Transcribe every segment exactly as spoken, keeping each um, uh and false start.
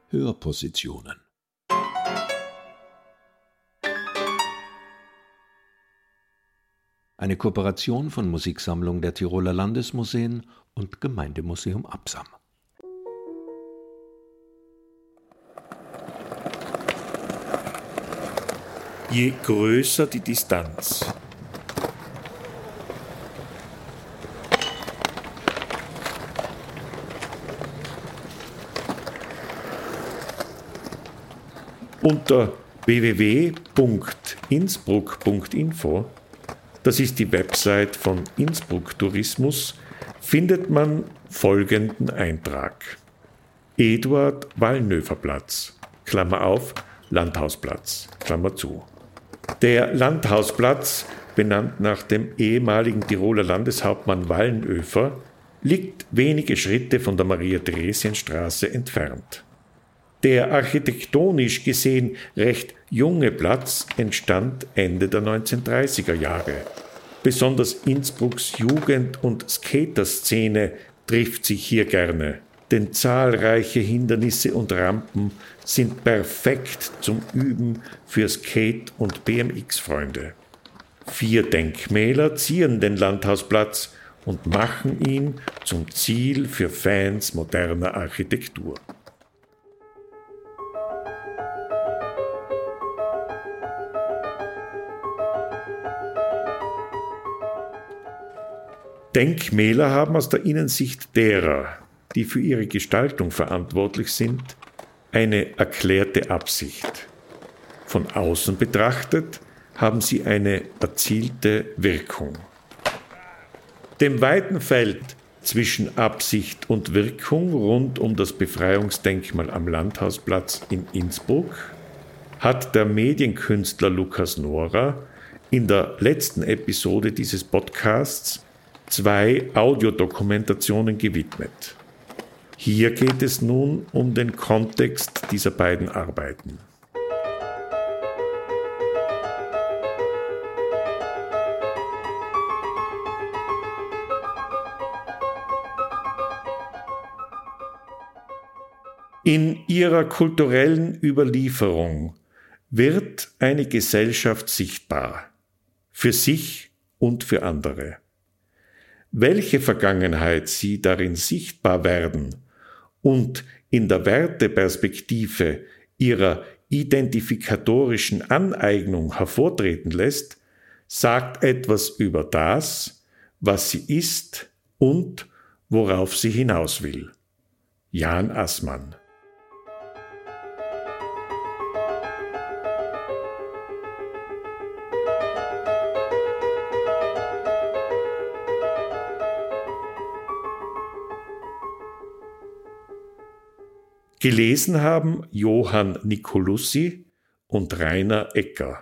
Hörpositionen. Eine Kooperation von Musiksammlung der Tiroler Landesmuseen und Gemeindemuseum Absam. Je größer die Distanz. Unter w w w punkt innsbruck punkt info, das ist die Website von Innsbruck Tourismus, findet man folgenden Eintrag. Eduard-Wallnöfer-Platz, Klammer auf, Landhausplatz, Klammer zu. Der Landhausplatz, benannt nach dem ehemaligen Tiroler Landeshauptmann Wallnöfer, liegt wenige Schritte von der Maria-Theresien-Straße entfernt. Der architektonisch gesehen recht junge Platz entstand Ende der neunzehnhundertdreißiger Jahre. Besonders Innsbrucks Jugend- und Skaterszene trifft sich hier gerne, denn zahlreiche Hindernisse und Rampen sind perfekt zum Üben für Skate- und B M X-Freunde. Vier Denkmäler zieren den Landhausplatz und machen ihn zum Ziel für Fans moderner Architektur. Denkmäler haben aus der Innensicht derer, die für ihre Gestaltung verantwortlich sind, eine erklärte Absicht. Von außen betrachtet haben sie eine erzielte Wirkung. Dem weiten Feld zwischen Absicht und Wirkung rund um das Befreiungsdenkmal am Landhausplatz in Innsbruck hat der Medienkünstler Lukas Nora in der letzten Episode dieses Podcasts zwei Audiodokumentationen gewidmet. Hier geht es nun um den Kontext dieser beiden Arbeiten. In ihrer kulturellen Überlieferung wird eine Gesellschaft sichtbar, für sich und für andere. Welche Vergangenheit sie darin sichtbar werden und in der Werteperspektive ihrer identifikatorischen Aneignung hervortreten lässt, sagt etwas über das, was sie ist und worauf sie hinaus will. Jan Assmann. Gelesen haben Johann Nicolussi und Rainer Ecker.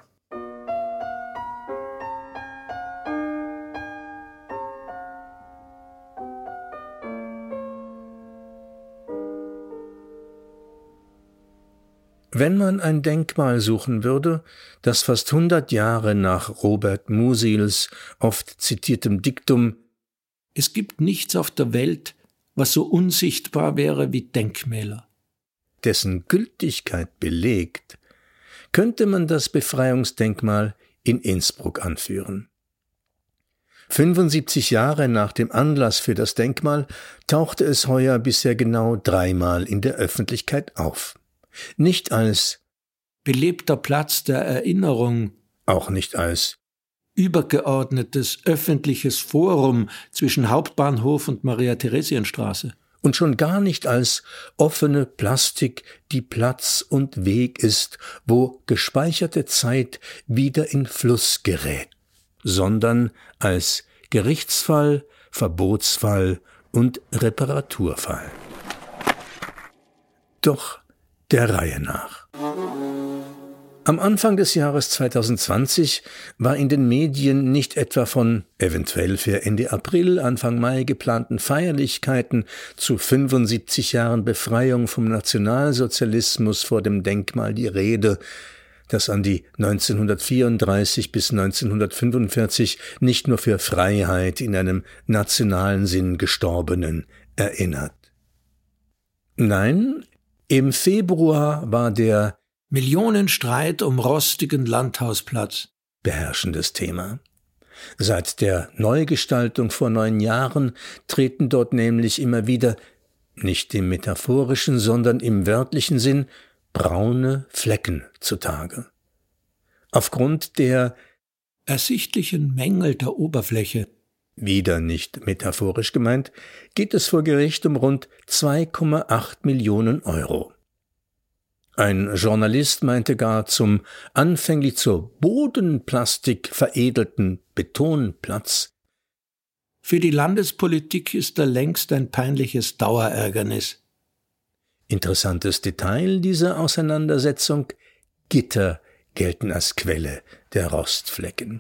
Wenn man ein Denkmal suchen würde, das fast hundert Jahre nach Robert Musils oft zitiertem Diktum »Es gibt nichts auf der Welt, was so unsichtbar wäre wie Denkmäler«, dessen Gültigkeit belegt, könnte man das Befreiungsdenkmal in Innsbruck anführen. fünfundsiebzig Jahre nach dem Anlass für das Denkmal tauchte es heuer bisher genau dreimal in der Öffentlichkeit auf. Nicht als belebter Platz der Erinnerung, auch nicht als übergeordnetes öffentliches Forum zwischen Hauptbahnhof und Maria-Theresien-Straße. Und schon gar nicht als offene Plastik, die Platz und Weg ist, wo gespeicherte Zeit wieder in Fluss gerät, sondern als Gerichtsfall, Verbotsfall und Reparaturfall. Doch der Reihe nach. Am Anfang des Jahres zweitausendzwanzig war in den Medien nicht etwa von eventuell für Ende April, Anfang Mai geplanten Feierlichkeiten zu fünfundsiebzig Jahren Befreiung vom Nationalsozialismus vor dem Denkmal die Rede, das an die neunzehnhundertvierunddreißig bis neunzehnhundertfünfundvierzig nicht nur für Freiheit in einem nationalen Sinn Gestorbenen erinnert. Nein, Im Februar war der Millionenstreit um rostigen Landhausplatz beherrschendes Thema. Seit der Neugestaltung vor neun Jahren treten dort nämlich immer wieder, nicht im metaphorischen, sondern im wörtlichen Sinn, braune Flecken zutage. Aufgrund der ersichtlichen Mängel der Oberfläche, wieder nicht metaphorisch gemeint, geht es vor Gericht um rund zwei Komma acht Millionen Euro. Ein Journalist meinte gar, zum anfänglich zur Bodenplastik veredelten Betonplatz: Für die Landespolitik ist er längst ein peinliches Dauerärgernis. Interessantes Detail dieser Auseinandersetzung: Gitter gelten als Quelle der Rostflecken.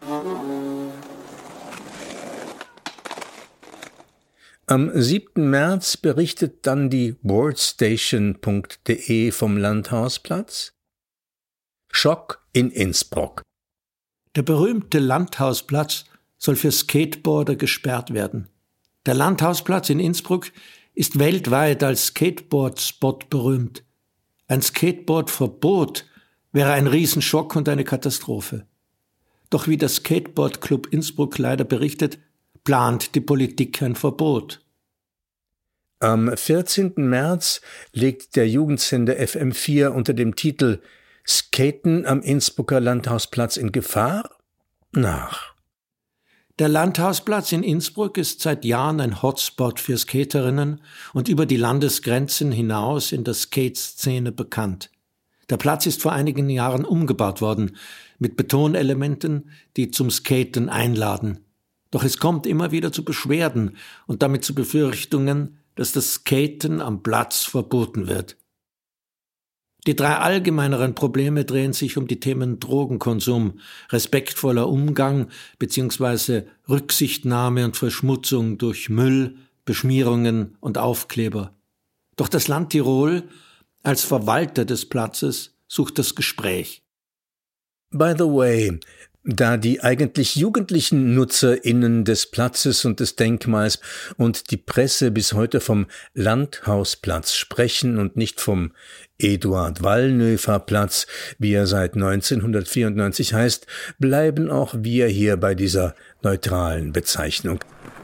Am siebten März berichtet dann die Worldstation punkt de vom Landhausplatz. Schock in Innsbruck. Der berühmte Landhausplatz soll für Skateboarder gesperrt werden. Der Landhausplatz in Innsbruck ist weltweit als Skateboard-Spot berühmt. Ein Skateboard-Verbot wäre ein Riesenschock und eine Katastrophe. Doch wie der Skateboard-Club Innsbruck leider berichtet, plant die Politik ein Verbot. Am vierzehnten März legt der Jugendsender F M vier unter dem Titel »Skaten am Innsbrucker Landhausplatz in Gefahr?« nach. Der Landhausplatz in Innsbruck ist seit Jahren ein Hotspot für Skaterinnen und über die Landesgrenzen hinaus in der Skateszene bekannt. Der Platz ist vor einigen Jahren umgebaut worden, mit Betonelementen, die zum Skaten einladen. Doch es kommt immer wieder zu Beschwerden und damit zu Befürchtungen, dass das Skaten am Platz verboten wird. Die drei allgemeineren Probleme drehen sich um die Themen Drogenkonsum, respektvoller Umgang bzw. Rücksichtnahme und Verschmutzung durch Müll, Beschmierungen und Aufkleber. Doch das Land Tirol als Verwalter des Platzes sucht das Gespräch. By the way, da die eigentlich jugendlichen NutzerInnen des Platzes und des Denkmals und die Presse bis heute vom Landhausplatz sprechen und nicht vom Eduard-Wallnöfer-Platz, wie er seit neunzehnhundertvierundneunzig heißt, bleiben auch wir hier bei dieser neutralen Bezeichnung.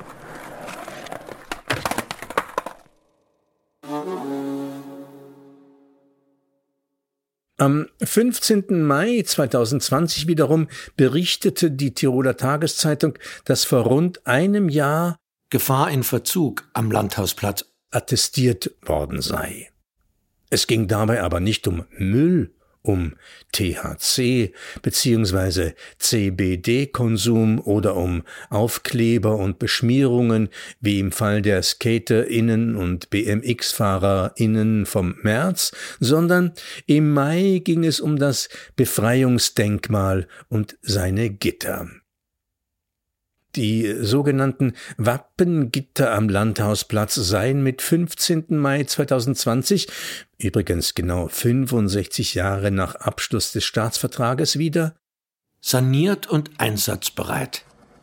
Am fünfzehnten Mai zweitausendzwanzig wiederum berichtete die Tiroler Tageszeitung, dass vor rund einem Jahr Gefahr in Verzug am Landhausplatz attestiert worden sei. Es ging dabei aber nicht um Müll, um T H C bzw. C B D-Konsum oder um Aufkleber und Beschmierungen, wie im Fall der SkaterInnen und B M X-FahrerInnen vom März, sondern im Mai ging es um das Befreiungsdenkmal und seine Gitter. Die sogenannten Wappengitter am Landhausplatz seien mit fünfzehnten Mai zweitausendzwanzig, übrigens genau fünfundsechzig Jahre nach Abschluss des Staatsvertrages, wieder saniert und einsatzbereit.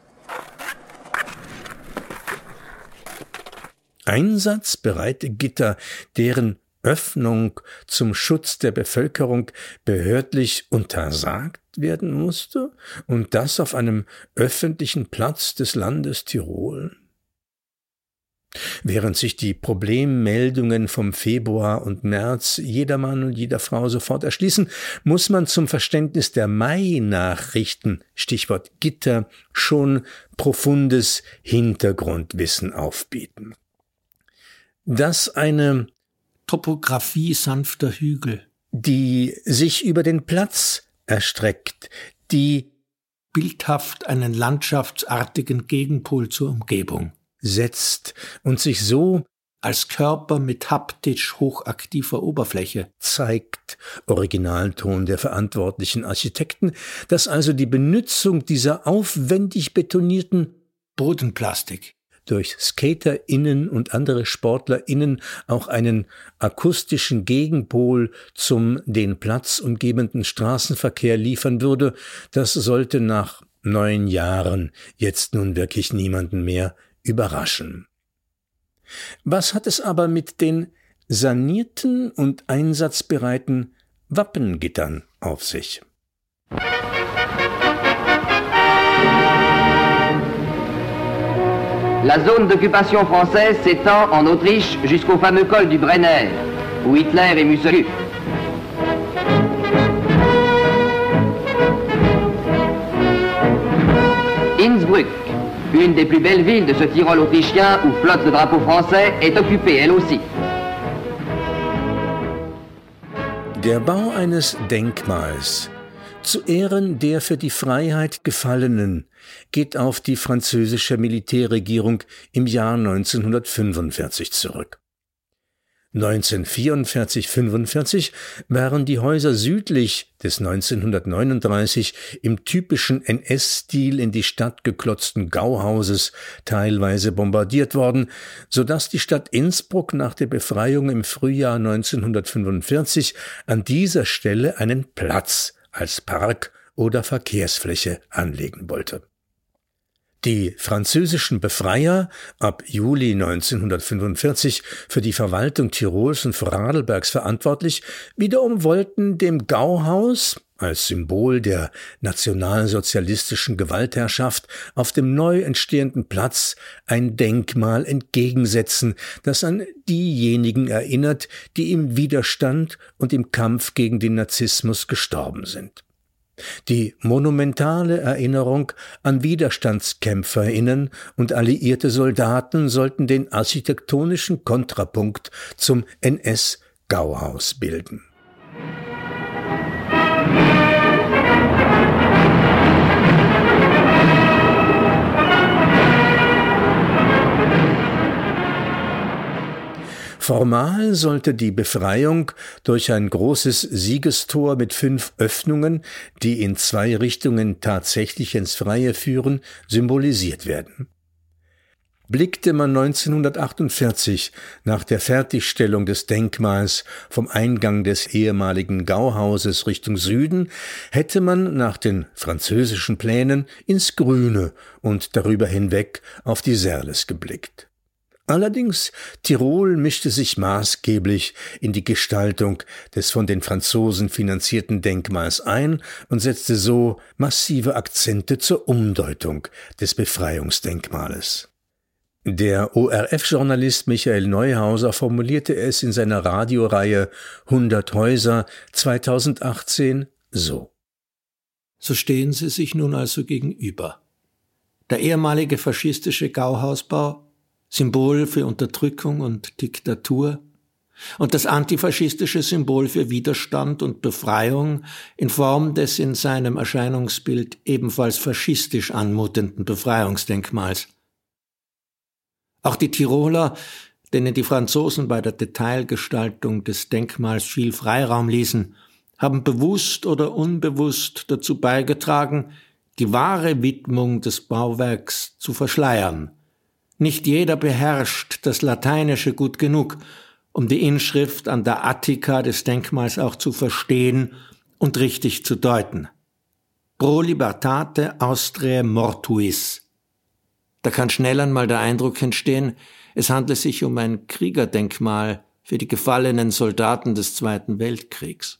Einsatzbereite Gitter, deren Öffnung zum Schutz der Bevölkerung behördlich untersagt werden musste, und das auf einem öffentlichen Platz des Landes Tirol? Während sich die Problemmeldungen vom Februar und März jedermann und jeder Frau sofort erschließen, muss man zum Verständnis der Mai-Nachrichten, Stichwort Gitter, schon profundes Hintergrundwissen aufbieten. Dass eine Topographie sanfter Hügel, die sich über den Platz erstreckt, die bildhaft einen landschaftsartigen Gegenpol zur Umgebung setzt und sich so als Körper mit haptisch hochaktiver Oberfläche zeigt, Originalton der verantwortlichen Architekten, dass also die Benutzung dieser aufwendig betonierten Bodenplastik durch SkaterInnen und andere SportlerInnen auch einen akustischen Gegenpol zum den Platz umgebenden Straßenverkehr liefern würde, das sollte nach neun Jahren jetzt nun wirklich niemanden mehr überraschen. Was hat es aber mit den sanierten und einsatzbereiten Wappengittern auf sich. La zone d'occupation française s'étend en Autriche jusqu'au fameux col du Brenner, où Hitler et Mussolini. Innsbruck, une des plus belles villes de ce Tyrol autrichien où flotte le drapeau français, est occupée elle aussi. Der Bau eines Denkmals zu Ehren der für die Freiheit Gefallenen geht auf die französische Militärregierung im Jahr neunzehnhundertfünfundvierzig zurück. neunzehnhundertvierundvierzig fünfundvierzig waren die Häuser südlich des neunzehnhundertneununddreißig im typischen N S-Stil in die Stadt geklotzten Gauhauses teilweise bombardiert worden, sodass die Stadt Innsbruck nach der Befreiung im Frühjahr neunzehnhundertfünfundvierzig an dieser Stelle einen Platz als Park oder Verkehrsfläche anlegen wollte. Die französischen Befreier, ab Juli neunzehnhundertfünfundvierzig für die Verwaltung Tirols und Vorarlbergs verantwortlich, wiederum wollten dem Gauhaus als Symbol der nationalsozialistischen Gewaltherrschaft auf dem neu entstehenden Platz ein Denkmal entgegensetzen, das an diejenigen erinnert, die im Widerstand und im Kampf gegen den Nazismus gestorben sind. Die monumentale Erinnerung an WiderstandskämpferInnen und alliierte Soldaten sollten den architektonischen Kontrapunkt zum N S-Gauhaus bilden. Formal sollte die Befreiung durch ein großes Siegestor mit fünf Öffnungen, die in zwei Richtungen tatsächlich ins Freie führen, symbolisiert werden. Blickte man neunzehnhundertachtundvierzig nach der Fertigstellung des Denkmals vom Eingang des ehemaligen Gauhauses Richtung Süden, hätte man nach den französischen Plänen ins Grüne und darüber hinweg auf die Serles geblickt. Allerdings, Tirol mischte sich maßgeblich in die Gestaltung des von den Franzosen finanzierten Denkmals ein und setzte so massive Akzente zur Umdeutung des Befreiungsdenkmales. Der O R F-Journalist Michael Neuhauser formulierte es in seiner Radioreihe hundert Häuser zweitausendachtzehn so. So stehen sie sich nun also gegenüber. Der ehemalige faschistische Gauhausbau, Symbol für Unterdrückung und Diktatur, und das antifaschistische Symbol für Widerstand und Befreiung in Form des in seinem Erscheinungsbild ebenfalls faschistisch anmutenden Befreiungsdenkmals. Auch die Tiroler, denen die Franzosen bei der Detailgestaltung des Denkmals viel Freiraum ließen, haben bewusst oder unbewusst dazu beigetragen, die wahre Widmung des Bauwerks zu verschleiern. Nicht jeder beherrscht das Lateinische gut genug, um die Inschrift an der Attika des Denkmals auch zu verstehen und richtig zu deuten. Pro libertate Austriae mortuis. Da kann schnell einmal der Eindruck entstehen, es handle sich um ein Kriegerdenkmal für die gefallenen Soldaten des Zweiten Weltkriegs.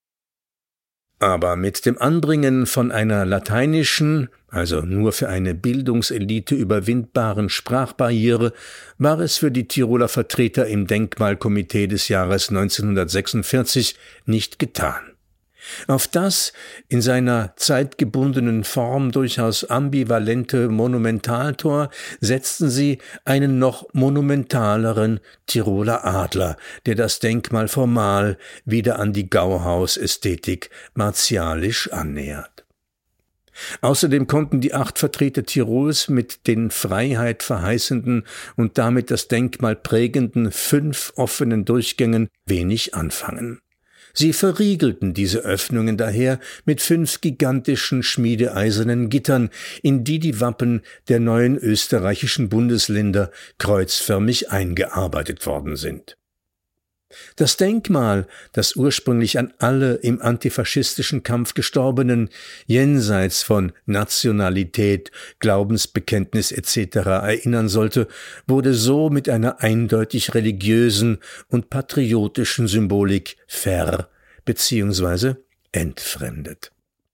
Aber mit dem Anbringen von einer lateinischen, also nur für eine Bildungselite überwindbaren Sprachbarriere, war es für die Tiroler Vertreter im Denkmalkomitee des Jahres neunzehnhundertsechsundvierzig nicht getan. Auf das in seiner zeitgebundenen Form durchaus ambivalente Monumentaltor setzten sie einen noch monumentaleren Tiroler Adler, der das Denkmal formal wieder an die Gauhausästhetik martialisch annähert. Außerdem konnten die acht Vertreter Tirols mit den Freiheit verheißenden und damit das Denkmal prägenden fünf offenen Durchgängen wenig anfangen. Sie verriegelten diese Öffnungen daher mit fünf gigantischen schmiedeeisernen Gittern, in die die Wappen der neuen österreichischen Bundesländer kreuzförmig eingearbeitet worden sind. Das Denkmal, das ursprünglich an alle im antifaschistischen Kampf Gestorbenen jenseits von Nationalität, Glaubensbekenntnis et cetera erinnern sollte, wurde so mit einer eindeutig religiösen und patriotischen Symbolik ver- bzw. entfremdet.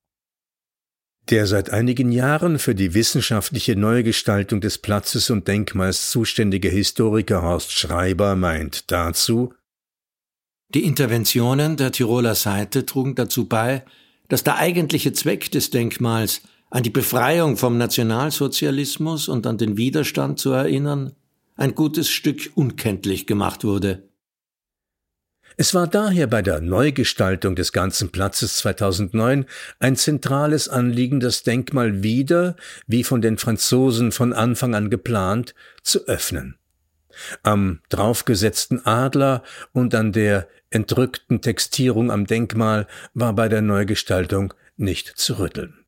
Der seit einigen Jahren für die wissenschaftliche Neugestaltung des Platzes und Denkmals zuständige Historiker Horst Schreiber meint dazu: Die Interventionen der Tiroler Seite trugen dazu bei, dass der eigentliche Zweck des Denkmals, an die Befreiung vom Nationalsozialismus und an den Widerstand zu erinnern, ein gutes Stück unkenntlich gemacht wurde. Es war daher bei der Neugestaltung des ganzen Platzes zweitausendneun ein zentrales Anliegen, das Denkmal wieder, wie von den Franzosen von Anfang an geplant, zu öffnen. Am draufgesetzten Adler und an der entrückten Textierung am Denkmal war bei der Neugestaltung nicht zu rütteln.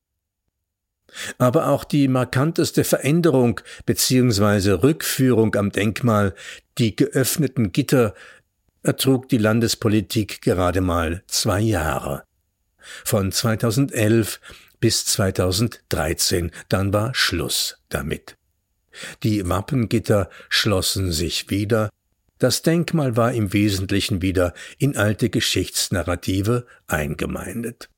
Aber auch die markanteste Veränderung bzw. Rückführung am Denkmal, die geöffneten Gitter, ertrug die Landespolitik gerade mal zwei Jahre. Von zweitausendelf bis zweitausenddreizehn, dann war Schluss damit. Die Wappengitter schlossen sich wieder, das Denkmal war im Wesentlichen wieder in alte Geschichtsnarrative eingemeindet.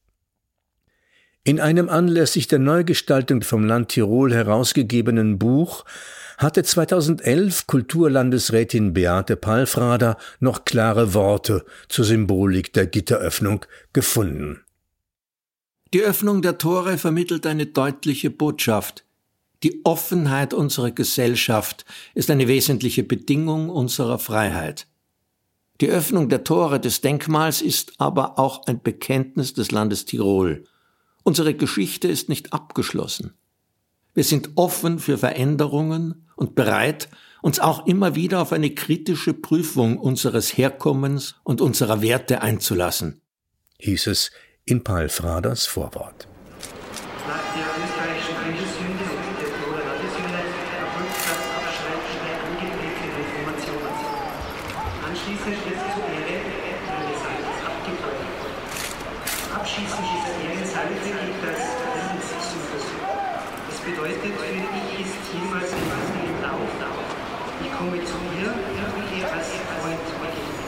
In einem anlässlich der Neugestaltung vom Land Tirol herausgegebenen Buch hatte zweitausendelf Kulturlandesrätin Beate Palfrader noch klare Worte zur Symbolik der Gitteröffnung gefunden. Die Öffnung der Tore vermittelt eine deutliche Botschaft. Die Offenheit unserer Gesellschaft ist eine wesentliche Bedingung unserer Freiheit. Die Öffnung der Tore des Denkmals ist aber auch ein Bekenntnis des Landes Tirol. Unsere Geschichte ist nicht abgeschlossen. Wir sind offen für Veränderungen und bereit, uns auch immer wieder auf eine kritische Prüfung unseres Herkommens und unserer Werte einzulassen, hieß es in Palfraders Vorwort. Nach der österreichischen Bundeshymne und der Tiroler Landeshymne erfolgt das Abschreiten der angeprägten Reformation. Anschließend wird zur Ehre eines Salzes abgebrochen. Abschließend dieser Ehrensalze gilt das Friedenssymbol. Das bedeutet, für dich ist jemals ein Wasser im Lauf. Ich komme zu dir und will dir als Freund begegnen.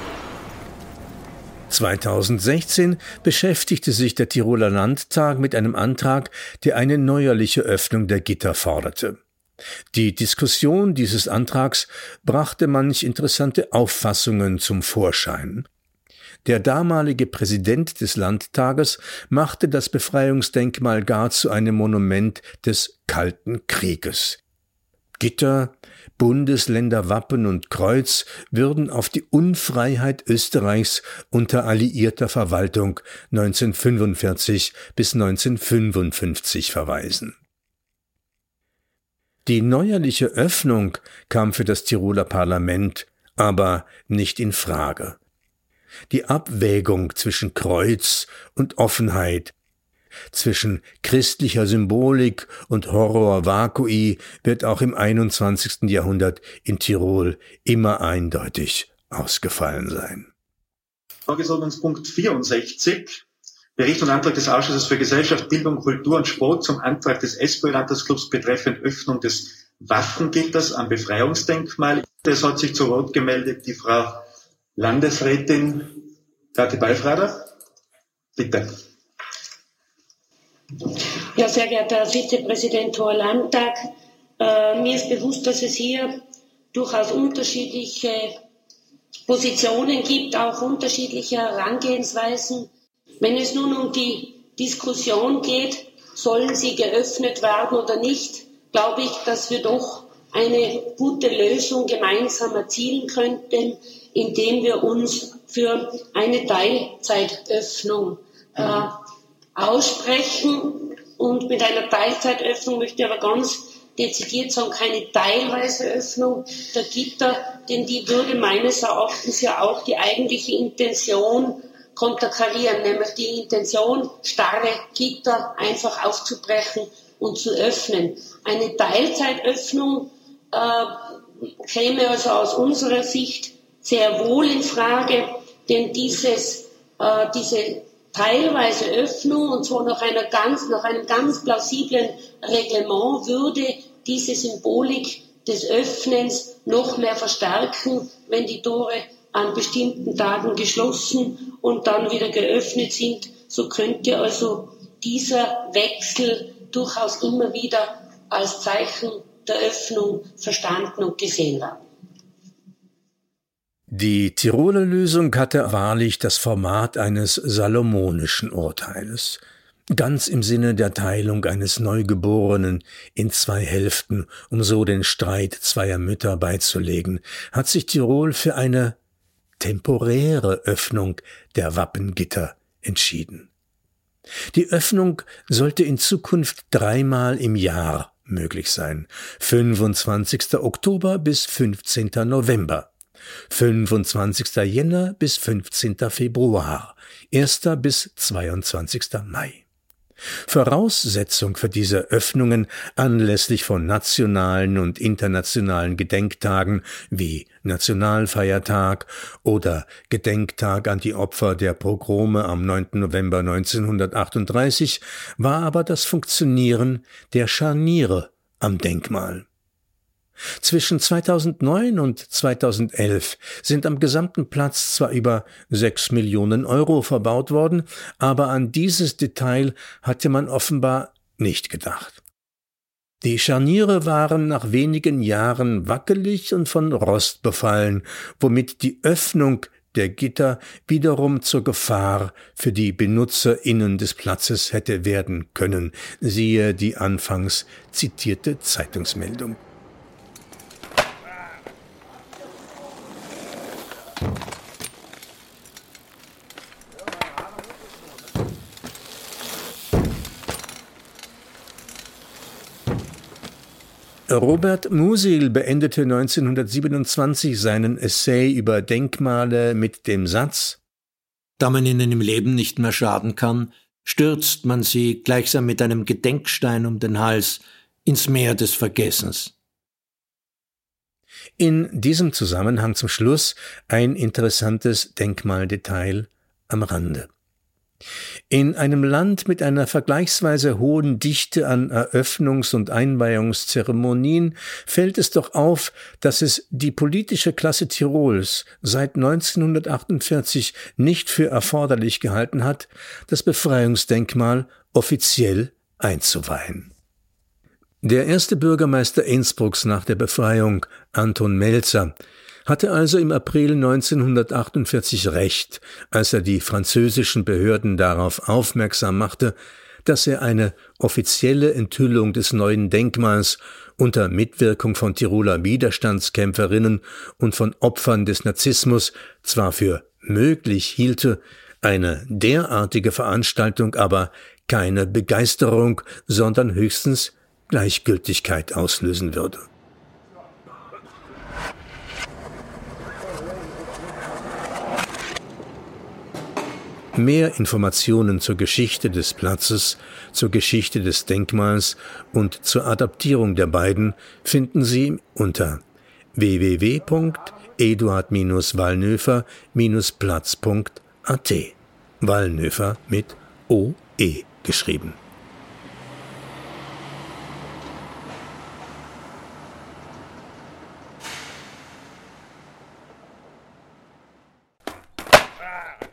zweitausendsechzehn beschäftigte sich der Tiroler Landtag mit einem Antrag, der eine neuerliche Öffnung der Gitter forderte. Die Diskussion dieses Antrags brachte manch interessante Auffassungen zum Vorschein. Der damalige Präsident des Landtages machte das Befreiungsdenkmal gar zu einem Monument des Kalten Krieges. Gitter, Bundesländerwappen und Kreuz würden auf die Unfreiheit Österreichs unter alliierter Verwaltung neunzehnhundertfünfundvierzig bis neunzehnhundertfünfundfünfzig verweisen. Die neuerliche Öffnung kam für das Tiroler Parlament aber nicht in Frage. Die Abwägung zwischen Kreuz und Offenheit, zwischen christlicher Symbolik und Horror vacui wird auch im einundzwanzigsten Jahrhundert in Tirol immer eindeutig ausgefallen sein. Tagesordnungspunkt vierundsechzig, Bericht und Antrag des Ausschusses für Gesellschaft, Bildung, Kultur und Sport zum Antrag des SPÖ-Landtagsclubs betreffend Öffnung des Waffengitters am Befreiungsdenkmal. Es hat sich zu Wort gemeldet die Frau Landesrätin Beate Palfrader. Bitte. Ja, sehr geehrter Herr Vizepräsident, Hoher Landtag, äh, mir ist bewusst, dass es hier durchaus unterschiedliche Positionen gibt, auch unterschiedliche Herangehensweisen. Wenn es nun um die Diskussion geht, sollen sie geöffnet werden oder nicht, glaube ich, dass wir doch eine gute Lösung gemeinsam erzielen könnten, indem wir uns für eine Teilzeitöffnung äh, aussprechen. Und mit einer Teilzeitöffnung möchte ich aber ganz dezidiert sagen, keine teilweise Öffnung der Gitter, denn die würde meines Erachtens ja auch die eigentliche Intention konterkarieren, nämlich die Intention, starre Gitter einfach aufzubrechen und zu öffnen. Eine Teilzeitöffnung äh, käme also aus unserer Sicht sehr wohl in Frage, denn dieses, äh, diese teilweise Öffnung, und zwar nach, einer ganz, nach einem ganz plausiblen Reglement, würde diese Symbolik des Öffnens noch mehr verstärken, wenn die Tore an bestimmten Tagen geschlossen und dann wieder geöffnet sind. So könnte also dieser Wechsel durchaus immer wieder als Zeichen der Öffnung verstanden und gesehen werden. Die Tiroler Lösung hatte wahrlich das Format eines salomonischen Urteiles. Ganz im Sinne der Teilung eines Neugeborenen in zwei Hälften, um so den Streit zweier Mütter beizulegen, hat sich Tirol für eine temporäre Öffnung der Wappengitter entschieden. Die Öffnung sollte in Zukunft dreimal im Jahr möglich sein, fünfundzwanzigster Oktober bis fünfzehnter November, fünfundzwanzigster Jänner bis fünfzehnter Februar, erster bis zweiundzwanzigster Mai. Voraussetzung für diese Öffnungen anlässlich von nationalen und internationalen Gedenktagen wie Nationalfeiertag oder Gedenktag an die Opfer der Pogrome am neunten November neunzehnhundertachtunddreißig war aber das Funktionieren der Scharniere am Denkmal. Zwischen zweitausendneun und zweitausendelf sind am gesamten Platz zwar über sechs Millionen Euro verbaut worden, aber an dieses Detail hatte man offenbar nicht gedacht. Die Scharniere waren nach wenigen Jahren wackelig und von Rost befallen, womit die Öffnung der Gitter wiederum zur Gefahr für die BenutzerInnen des Platzes hätte werden können, siehe die anfangs zitierte Zeitungsmeldung. Robert Musil beendete neunzehnhundertsiebenundzwanzig seinen Essay über Denkmale mit dem Satz: Da man ihnen im Leben nicht mehr schaden kann, stürzt man sie gleichsam mit einem Gedenkstein um den Hals ins Meer des Vergessens. In diesem Zusammenhang zum Schluss ein interessantes Denkmaldetail am Rande. In einem Land mit einer vergleichsweise hohen Dichte an Eröffnungs- und Einweihungszeremonien fällt es doch auf, dass es die politische Klasse Tirols seit neunzehnhundertachtundvierzig nicht für erforderlich gehalten hat, das Befreiungsdenkmal offiziell einzuweihen. Der erste Bürgermeister Innsbrucks nach der Befreiung, Anton Melzer, hatte also im April neunzehnhundertachtundvierzig recht, als er die französischen Behörden darauf aufmerksam machte, dass er eine offizielle Enthüllung des neuen Denkmals unter Mitwirkung von Tiroler Widerstandskämpferinnen und von Opfern des Nazismus zwar für möglich hielte, eine derartige Veranstaltung aber keine Begeisterung, sondern höchstens Gleichgültigkeit auslösen würde. Mehr Informationen zur Geschichte des Platzes, zur Geschichte des Denkmals und zur Adaptierung der beiden finden Sie unter w w w punkt eduard wallnöfer platz punkt a t. Wallnöfer mit O E geschrieben. Ah!